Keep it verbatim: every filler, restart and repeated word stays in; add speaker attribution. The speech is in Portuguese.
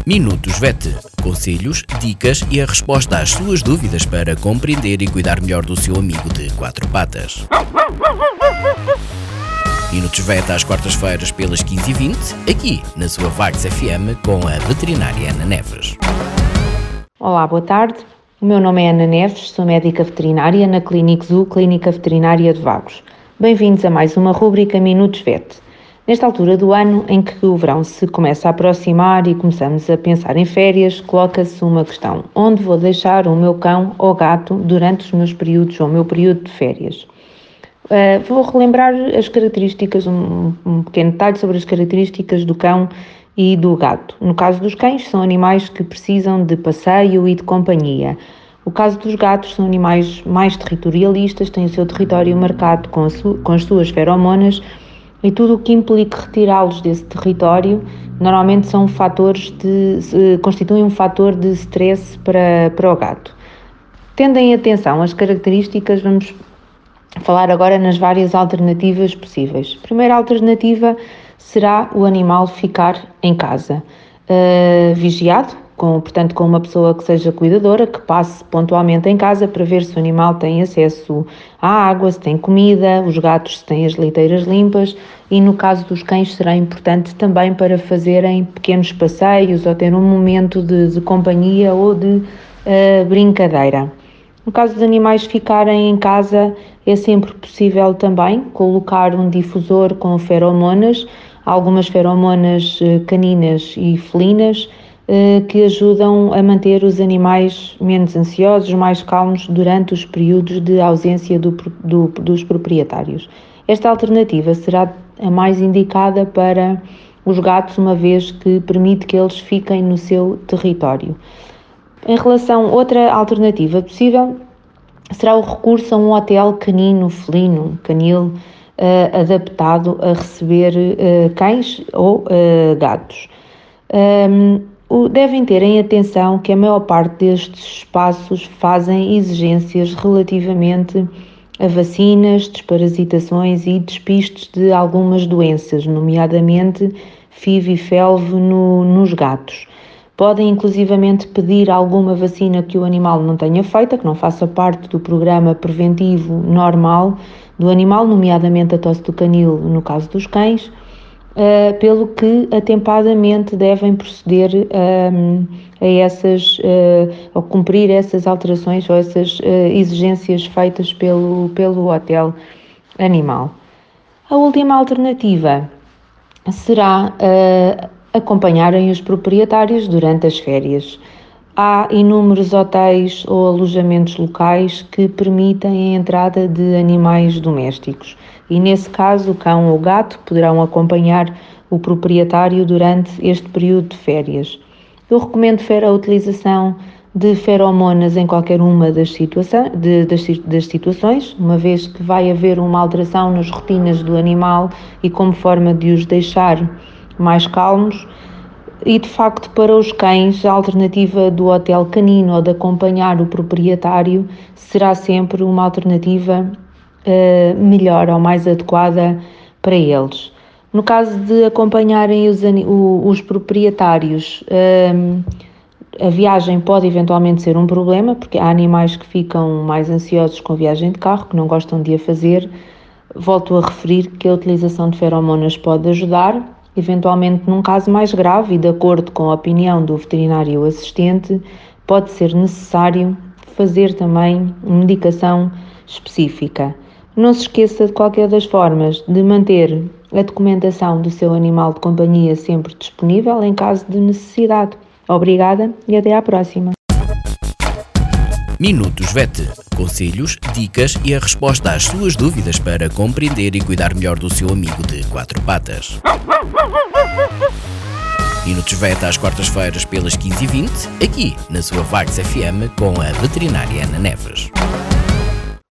Speaker 1: Minutos VET. Conselhos, dicas e a resposta às suas dúvidas para compreender e cuidar melhor do seu amigo de quatro patas. Minutos VET às quartas-feiras pelas quinze e vinte, aqui na sua Vagos F M com a veterinária Ana Neves.
Speaker 2: Olá, boa tarde. O meu nome é Ana Neves, sou médica veterinária na Clínica Zoo, Clínica Veterinária de Vagos. Bem-vindos a mais uma rúbrica Minutos VET. Nesta altura do ano, em que o verão se começa a aproximar e começamos a pensar em férias, coloca-se uma questão: onde vou deixar o meu cão ou gato durante os meus períodos ou o meu período de férias? Uh, vou relembrar as características, um, um pequeno detalhe sobre as características do cão e do gato. No caso dos cães, são animais que precisam de passeio e de companhia. O caso dos gatos são animais mais territorialistas, têm o seu território marcado com, a su- com as suas feromonas, e tudo o que implique retirá-los desse território normalmente são fatores de, constituem um fator de stress para, para o gato. Tendo em atenção as características, vamos falar agora nas várias alternativas possíveis. A primeira alternativa será o animal ficar em casa, uh, vigiado, com, portanto com uma pessoa que seja cuidadora, que passe pontualmente em casa para ver se o animal tem acesso à água, se tem comida, os gatos se têm as leiteiras limpas, e no caso dos cães será importante também para fazerem pequenos passeios ou ter um momento de, de companhia ou de uh, brincadeira. No caso dos animais ficarem em casa, é sempre possível também colocar um difusor com feromonas, algumas feromonas caninas e felinas, que ajudam a manter os animais menos ansiosos, mais calmos durante os períodos de ausência do, do, dos proprietários. Esta alternativa será a mais indicada para os gatos, uma vez que permite que eles fiquem no seu território. Em relação, outra alternativa possível será o recurso a um hotel canino, felino, canil, uh, adaptado a receber uh, cães ou uh, gatos. Um, devem ter em atenção que a maior parte destes espaços fazem exigências relativamente a vacinas, desparasitações e despistes de algumas doenças, nomeadamente F I V e F E L V no, nos gatos. Podem inclusivamente pedir alguma vacina que o animal não tenha feita, que não faça parte do programa preventivo normal do animal, nomeadamente a tosse do canil no caso dos cães, uh, pelo que atempadamente devem proceder uh, a essas, uh, a cumprir essas alterações ou essas uh, exigências feitas pelo, pelo hotel animal. A última alternativa será uh, acompanharem os proprietários durante as férias. Há inúmeros hotéis ou alojamentos locais que permitem a entrada de animais domésticos e, nesse caso, o cão ou o gato poderão acompanhar o proprietário durante este período de férias. Eu recomendo a utilização de feromonas em qualquer uma das, situa- de, das, das situações, uma vez que vai haver uma alteração nas rotinas do animal e como forma de os deixar mais calmos. E de facto, para os cães, a alternativa do hotel canino ou de acompanhar o proprietário será sempre uma alternativa uh, melhor ou mais adequada para eles. No caso de acompanharem os, os proprietários, uh, a viagem pode eventualmente ser um problema, porque há animais que ficam mais ansiosos com a viagem de carro, que não gostam de a fazer. Volto a referir que a utilização de feromonas pode ajudar. Eventualmente, num caso mais grave e de acordo com a opinião do veterinário assistente, pode ser necessário fazer também medicação específica. Não se esqueça, de qualquer das formas, de manter a documentação do seu animal de companhia sempre disponível em caso de necessidade. Obrigada e até à próxima.
Speaker 1: Minutos VET. Conselhos, dicas e a resposta às suas dúvidas para compreender e cuidar melhor do seu amigo de quatro patas. Minutos VET às quartas-feiras pelas quinze e vinte, aqui na sua Vagos F M com a veterinária Ana Neves.